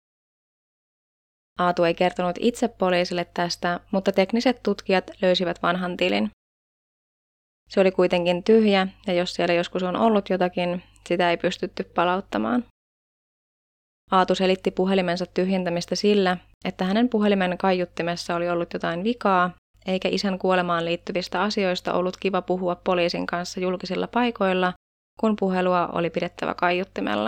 Aatu ei kertonut itse poliisille tästä, mutta tekniset tutkijat löysivät vanhan tilin. Se oli kuitenkin tyhjä, ja jos siellä joskus on ollut jotakin, sitä ei pystytty palauttamaan. Aatu selitti puhelimensa tyhjentämistä sillä, että hänen puhelimen kaiuttimessa oli ollut jotain vikaa, eikä isän kuolemaan liittyvistä asioista ollut kiva puhua poliisin kanssa julkisilla paikoilla, kun puhelua oli pidettävä kaiuttimella.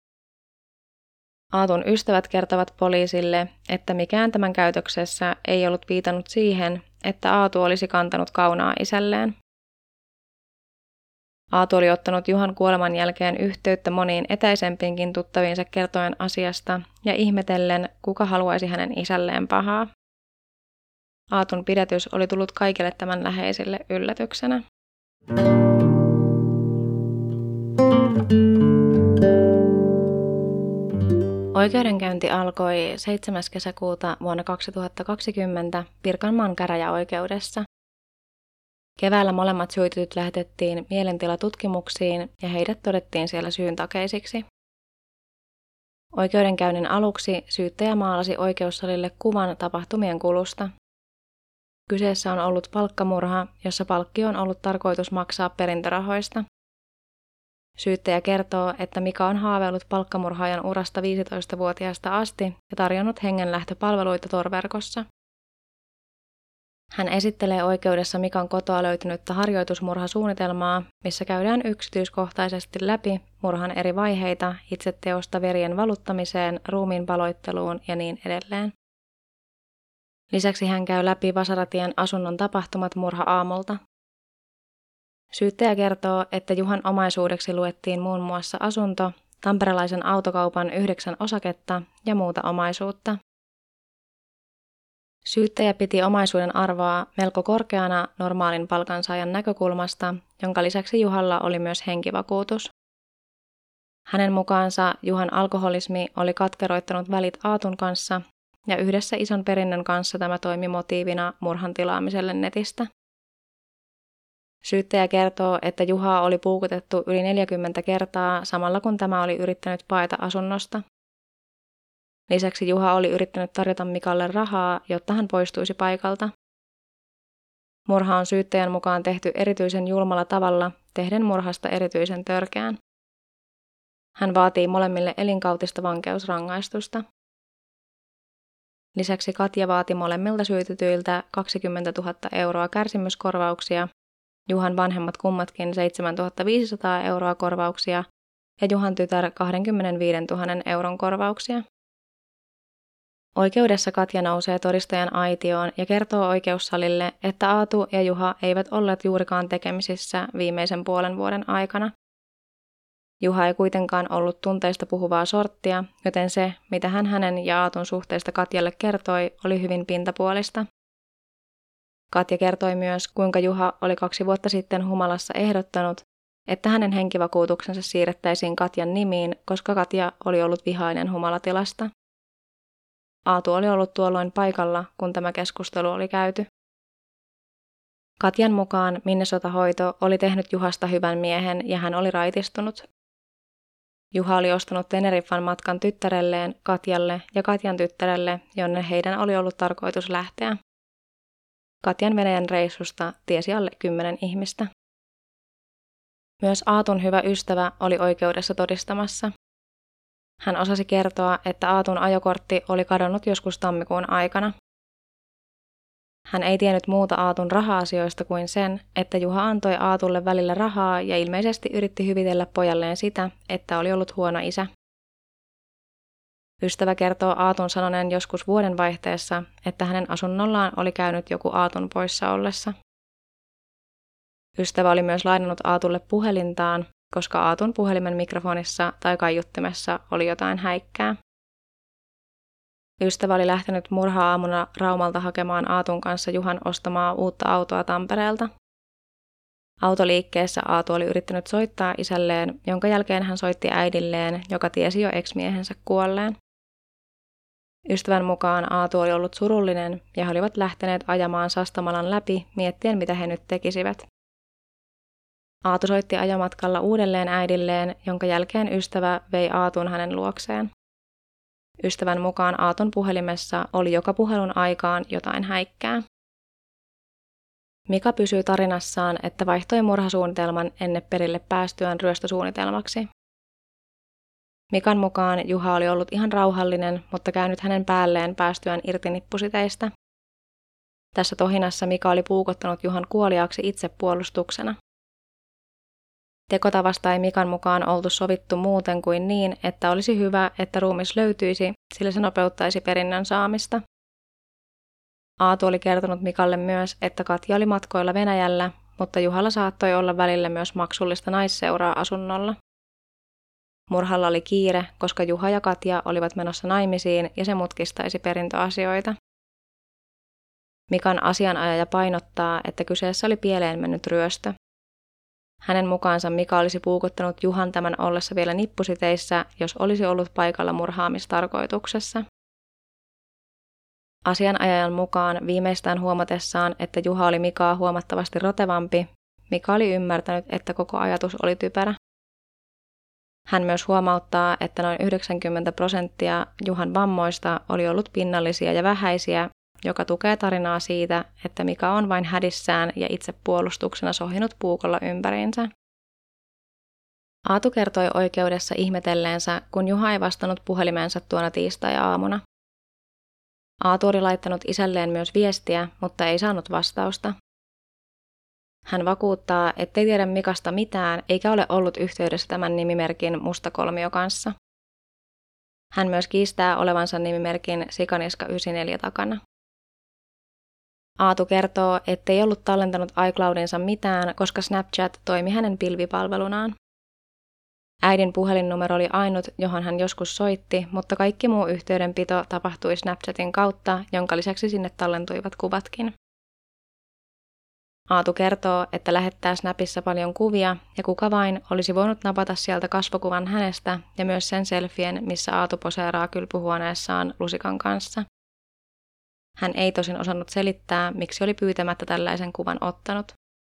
Aatun ystävät kertovat poliisille, että mikään tämän käytöksessä ei ollut viitannut siihen, että Aatu olisi kantanut kaunaa isälleen. Aatu oli ottanut Juhan kuoleman jälkeen yhteyttä moniin etäisempiinkin tuttaviinsa kertoen asiasta ja ihmetellen, kuka haluaisi hänen isälleen pahaa. Aatun pidätys oli tullut kaikille tämän läheisille yllätyksenä. Oikeudenkäynti alkoi 7. kesäkuuta vuonna 2020 Pirkanmaan käräjäoikeudessa. Keväällä molemmat syytetyt lähetettiin mielentilatutkimuksiin ja heidät todettiin siellä syyntakeisiksi. Oikeudenkäynnin aluksi syyttäjä maalasi oikeussalille kuvan tapahtumien kulusta. Kyseessä on ollut palkkamurha, jossa palkkio on ollut tarkoitus maksaa perintörahoista. Syyttäjä kertoo, että Mika on haaveillut palkkamurhaajan urasta 15-vuotiaasta asti ja tarjonnut hengenlähtöpalveluita Tor-verkossa. Hän esittelee oikeudessa Mikan kotoa löytynyttä harjoitusmurhasuunnitelmaa, missä käydään yksityiskohtaisesti läpi murhan eri vaiheita itseteosta verien valuttamiseen, ruumiin paloitteluun ja niin edelleen. Lisäksi hän käy läpi Vasaratien asunnon tapahtumat murha-aamulta. Syyttäjä kertoo, että Juhan omaisuudeksi luettiin muun muassa asunto, tamperelaisen autokaupan 9 osaketta ja muuta omaisuutta. Syyttäjä piti omaisuuden arvoa melko korkeana normaalin palkansaajan näkökulmasta, jonka lisäksi Juhalla oli myös henkivakuutus. Hänen mukaansa Juhan alkoholismi oli katkeroittanut välit Aatun kanssa ja yhdessä ison perinnön kanssa tämä toimi motiivina murhan tilaamiselle netistä. Syyttäjä kertoo, että Juhaa oli puukotettu yli 40 kertaa samalla kun tämä oli yrittänyt paeta asunnosta. Lisäksi Juha oli yrittänyt tarjota Mikalle rahaa, jotta hän poistuisi paikalta. Murha on syyttäjän mukaan tehty erityisen julmalla tavalla, tehden murhasta erityisen törkeän. Hän vaatii molemmille elinkautista vankeusrangaistusta. Lisäksi Katja vaati molemmilta syytetyiltä 20 000 euroa kärsimyskorvauksia, Juhan vanhemmat kummatkin 7 500 euroa korvauksia ja Juhan tytär 25 000 euron korvauksia. Oikeudessa Katja nousee todistajan aitioon ja kertoo oikeussalille, että Aatu ja Juha eivät olleet juurikaan tekemisissä viimeisen puolen vuoden aikana. Juha ei kuitenkaan ollut tunteista puhuvaa sorttia, joten se, mitä hän hänen ja Aatun suhteesta Katjalle kertoi, oli hyvin pintapuolista. Katja kertoi myös, kuinka Juha oli 2 vuotta sitten humalassa ehdottanut, että hänen henkivakuutuksensa siirrettäisiin Katjan nimiin, koska Katja oli ollut vihainen humalatilasta. Aatu oli ollut tuolloin paikalla, kun tämä keskustelu oli käyty. Katjan mukaan Minnesota-hoito oli tehnyt Juhasta hyvän miehen ja hän oli raitistunut. Juha oli ostanut Teneriffan matkan tyttärelleen, Katjalle ja Katjan tyttärelle, jonne heidän oli ollut tarkoitus lähteä. Katjan Venäjän reissusta tiesi alle 10 ihmistä. Myös Aatun hyvä ystävä oli oikeudessa todistamassa. Hän osasi kertoa, että Aatun ajokortti oli kadonnut joskus tammikuun aikana. Hän ei tiennyt muuta Aatun raha-asioista kuin sen, että Juha antoi Aatulle välillä rahaa ja ilmeisesti yritti hyvitellä pojalleen sitä, että oli ollut huono isä. Ystävä kertoo Aatun sanoneen joskus vuodenvaihteessa, että hänen asunnollaan oli käynyt joku Aatun poissa ollessa. Ystävä oli myös lainannut Aatulle puhelintaan, koska Aatun puhelimen mikrofonissa tai kaiuttimessa oli jotain häikkää. Ystävä oli lähtenyt murha-aamuna Raumalta hakemaan Aatun kanssa Juhan ostamaa uutta autoa Tampereelta. Autoliikkeessä Aatu oli yrittänyt soittaa isälleen, jonka jälkeen hän soitti äidilleen, joka tiesi jo ex-miehensä kuolleen. Ystävän mukaan Aatu oli ollut surullinen ja he olivat lähteneet ajamaan Sastamalan läpi miettien, mitä he nyt tekisivät. Aatu soitti ajomatkalla uudelleen äidilleen, jonka jälkeen ystävä vei Aatun hänen luokseen. Ystävän mukaan Aatun puhelimessa oli joka puhelun aikaan jotain häikkää. Mika pysyy tarinassaan, että vaihtoi murhasuunnitelman ennen perille päästyään ryöstösuunnitelmaksi. Mikan mukaan Juha oli ollut ihan rauhallinen, mutta käynyt hänen päälleen päästyään irti nippusiteistä. Tässä tohinassa Mika oli puukottanut Juhan kuoliaaksi itsepuolustuksena. Tekotavasta ei Mikan mukaan oltu sovittu muuten kuin niin, että olisi hyvä, että ruumis löytyisi, sillä se nopeuttaisi perinnön saamista. Aatu oli kertonut Mikalle myös, että Katja oli matkoilla Venäjällä, mutta Juhalla saattoi olla välillä myös maksullista naisseuraa asunnolla. Murhalla oli kiire, koska Juha ja Katja olivat menossa naimisiin ja se mutkistaisi perintöasioita. Mikan asianajaja painottaa, että kyseessä oli pieleen mennyt ryöstö. Hänen mukaansa Mika olisi puukottanut Juhan tämän ollessa vielä nippusiteissä, jos olisi ollut paikalla murhaamistarkoituksessa. Asianajajan mukaan viimeistään huomatessaan, että Juha oli Mikaa huomattavasti rotevampi, Mika oli ymmärtänyt, että koko ajatus oli typerä. Hän myös huomauttaa, että noin 90% Juhan vammoista oli ollut pinnallisia ja vähäisiä, joka tukee tarinaa siitä, että Mika on vain hädissään ja itsepuolustuksena sohinut puukolla ympäriinsä. Aatu kertoi oikeudessa ihmetelleensä, kun Juha ei vastannut puhelimeensa tuona tiistai-aamuna. Aatu oli laittanut isälleen myös viestiä, mutta ei saanut vastausta. Hän vakuuttaa, ettei tiedä Mikasta mitään eikä ole ollut yhteydessä tämän nimimerkin Musta kolmio kanssa. Hän myös kiistää olevansa nimimerkin Sikaniska 94 takana. Aatu kertoo, ettei ollut tallentanut iCloudinsa mitään, koska Snapchat toimi hänen pilvipalvelunaan. Äidin puhelinnumero oli ainut, johon hän joskus soitti, mutta kaikki muu yhteydenpito tapahtui Snapchatin kautta, jonka lisäksi sinne tallentuivat kuvatkin. Aatu kertoo, että lähettää Snapissa paljon kuvia ja kuka vain olisi voinut napata sieltä kasvokuvan hänestä ja myös sen selfien, missä Aatu poseeraa kylpyhuoneessaan lusikan kanssa. Hän ei tosin osannut selittää, miksi oli pyytämättä tällaisen kuvan ottanut.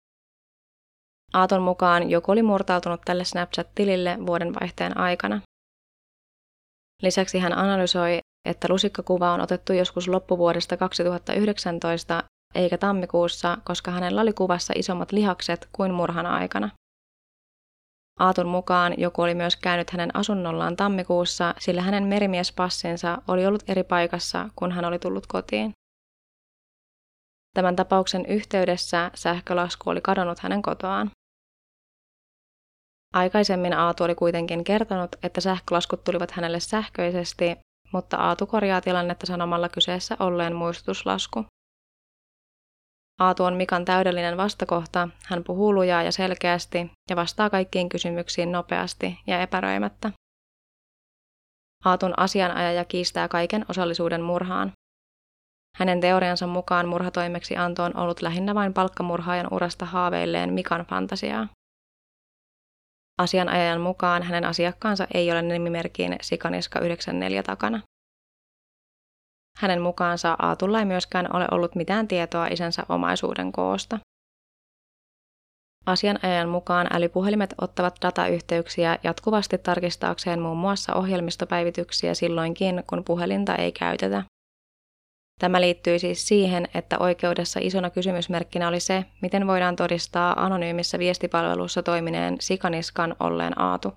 Aatun mukaan joku oli murtautunut tälle Snapchat-tilille vuodenvaihteen aikana. Lisäksi hän analysoi, että lusikkakuva on otettu joskus loppuvuodesta 2019 eikä tammikuussa, koska hänellä oli kuvassa isommat lihakset kuin murhan aikana. Aatun mukaan joku oli myös käynyt hänen asunnollaan tammikuussa, sillä hänen merimiespassinsa oli ollut eri paikassa, kun hän oli tullut kotiin. Tämän tapauksen yhteydessä sähkölasku oli kadonnut hänen kotoaan. Aikaisemmin Aatu oli kuitenkin kertonut, että sähkölaskut tulivat hänelle sähköisesti, mutta Aatu korjaa tilannetta sanomalla kyseessä olleen muistutuslasku. Aatu on Mikan täydellinen vastakohta, hän puhuu lujaa ja selkeästi ja vastaa kaikkiin kysymyksiin nopeasti ja epäröimättä. Aatun asianajaja kiistää kaiken osallisuuden murhaan. Hänen teoriansa mukaan murhatoimeksianto on ollut lähinnä vain palkkamurhaajan urasta haaveilleen Mikan fantasiaa. Asianajajan mukaan hänen asiakkaansa ei ole nimimerkin Sikaniska 94 takana. Hänen mukaansa Aatulla ei myöskään ole ollut mitään tietoa isänsä omaisuuden koosta. Asianajajan mukaan älypuhelimet ottavat datayhteyksiä jatkuvasti tarkistaakseen muun muassa ohjelmistopäivityksiä silloinkin, kun puhelinta ei käytetä. Tämä liittyy siis siihen, että oikeudessa isona kysymysmerkkinä oli se, miten voidaan todistaa anonyymissä viestipalvelussa toimineen Sikaniskan olleen Aatu.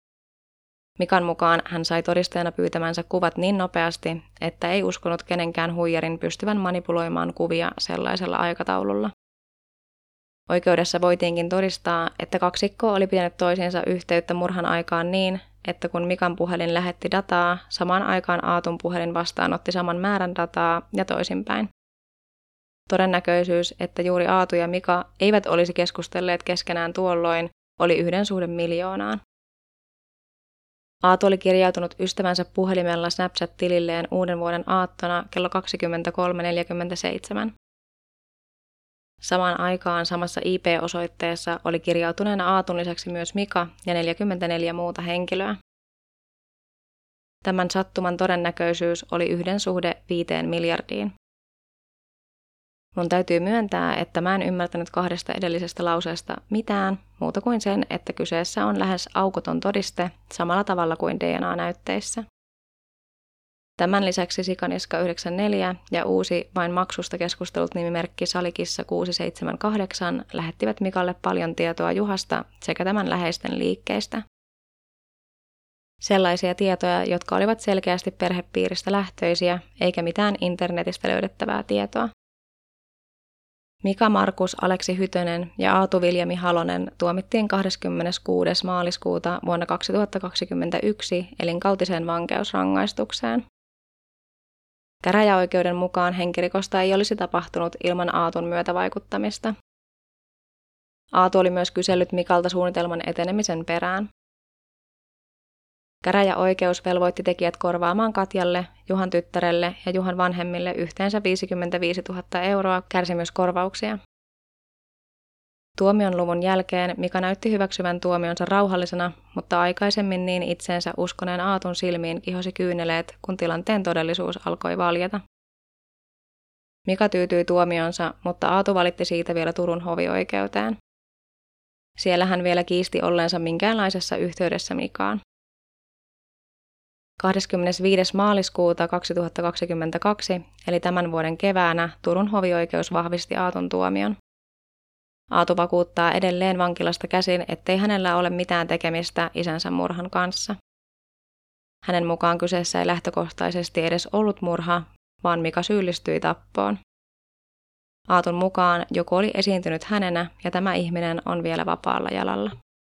Mikan mukaan hän sai todisteena pyytämänsä kuvat niin nopeasti, että ei uskonut kenenkään huijarin pystyvän manipuloimaan kuvia sellaisella aikataululla. Oikeudessa voitiinkin todistaa, että kaksikko oli pitänyt toisiinsa yhteyttä murhan aikaan niin, että kun Mikan puhelin lähetti dataa, samaan aikaan Aatun puhelin vastaanotti saman määrän dataa ja toisinpäin. Todennäköisyys, että juuri Aatu ja Mika eivät olisi keskustelleet keskenään tuolloin, oli 1:1,000,000. Aatu oli kirjautunut ystävänsä puhelimella Snapchat-tililleen uuden vuoden aattona kello 23.47. Samaan aikaan samassa IP-osoitteessa oli kirjautuneena Aatun lisäksi myös Mika ja 44 muuta henkilöä. Tämän sattuman todennäköisyys oli 1:5 miljardiin. Mun täytyy myöntää, että mä en ymmärtänyt kahdesta edellisestä lauseesta mitään, muuta kuin sen, että kyseessä on lähes aukoton todiste samalla tavalla kuin DNA-näytteissä. Tämän lisäksi Sikaniska 94 ja uusi vain maksusta keskustellut nimimerkki Salikissa 678 lähettivät Mikalle paljon tietoa Juhasta sekä tämän läheisten liikkeistä. Sellaisia tietoja, jotka olivat selkeästi perhepiiristä lähtöisiä, eikä mitään internetistä löydettävää tietoa. Mika Markus Aleksi Hytönen ja Aatu Viljami Halonen tuomittiin 26. maaliskuuta vuonna 2021 elinkautiseen vankeusrangaistukseen. Käräjäoikeuden mukaan henkirikosta ei olisi tapahtunut ilman Aatun myötävaikuttamista. Aatu oli myös kysellyt Mikalta suunnitelman etenemisen perään. Käräjäoikeus velvoitti tekijät korvaamaan Katjalle, Juhan tyttärelle ja Juhan vanhemmille yhteensä 55 000 euroa kärsimyskorvauksia. Tuomion luvun jälkeen Mika näytti hyväksyvän tuomionsa rauhallisena, mutta aikaisemmin niin itseensä uskoneen Aatun silmiin kihosi kyyneleet, kun tilanteen todellisuus alkoi valjeta. Mika tyytyi tuomionsa, mutta Aatu valitti siitä vielä Turun hovioikeuteen. Siellä hän vielä kiisti olleensa minkäänlaisessa yhteydessä Mikaan. 25. maaliskuuta 2022, eli tämän vuoden keväänä, Turun hovioikeus vahvisti Aatun tuomion. Aatu vakuuttaa edelleen vankilasta käsin, ettei hänellä ole mitään tekemistä isänsä murhan kanssa. Hänen mukaan kyseessä ei lähtökohtaisesti edes ollut murha, vaan Mika syyllistyi tappoon. Aatun mukaan joku oli esiintynyt hänenä ja tämä ihminen on vielä vapaalla jalalla.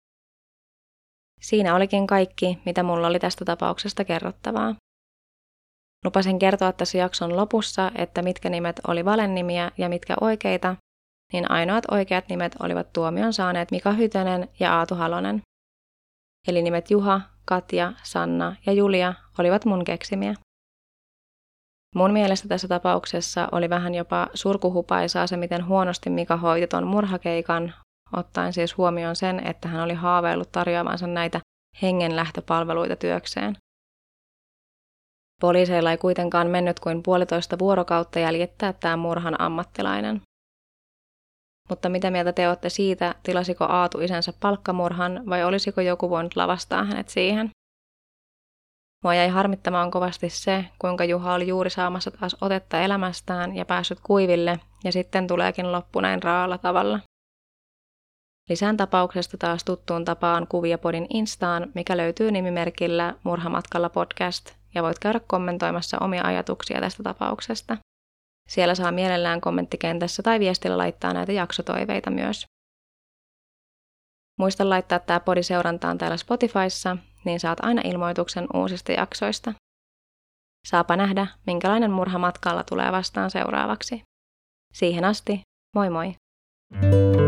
Siinä olikin kaikki, mitä mulla oli tästä tapauksesta kerrottavaa. Lupasin kertoa tässä jakson lopussa, että mitkä nimet oli valennimiä ja mitkä oikeita, niin ainoat oikeat nimet olivat tuomion saaneet Mika Hytönen ja Aatu Halonen. Eli nimet Juha, Katja, Sanna ja Julia olivat mun keksimiä. Mun mielestä tässä tapauksessa oli vähän jopa surkuhupaisaa se, miten huonosti Mika hoiti ton murhakeikan, ottaen siis huomioon sen, että hän oli haaveillut tarjoamansa näitä hengenlähtöpalveluita työkseen. Poliiseilla ei kuitenkaan mennyt kuin 1,5 vuorokautta jäljittää tämä murhan ammattilainen. Mutta mitä mieltä te olette siitä, tilasiko Aatu isänsä palkkamurhan vai olisiko joku voinut lavastaa hänet siihen? Mua jäi harmittamaan kovasti se, kuinka Juha oli juuri saamassa taas otetta elämästään ja päässyt kuiville, ja sitten tuleekin loppu näin raalla tavalla. Lisään tapauksesta taas tuttuun tapaan kuvia podin Instaan, mikä löytyy nimimerkillä Murhamatkalla podcast, ja voit käydä kommentoimassa omia ajatuksia tästä tapauksesta. Siellä saa mielellään kommenttikentässä tai viestillä laittaa näitä jaksotoiveita myös. Muista laittaa tämä podi seurantaan täällä Spotifyssa, niin saat aina ilmoituksen uusista jaksoista. Saapa nähdä, minkälainen murha matkalla tulee vastaan seuraavaksi. Siihen asti, moi moi!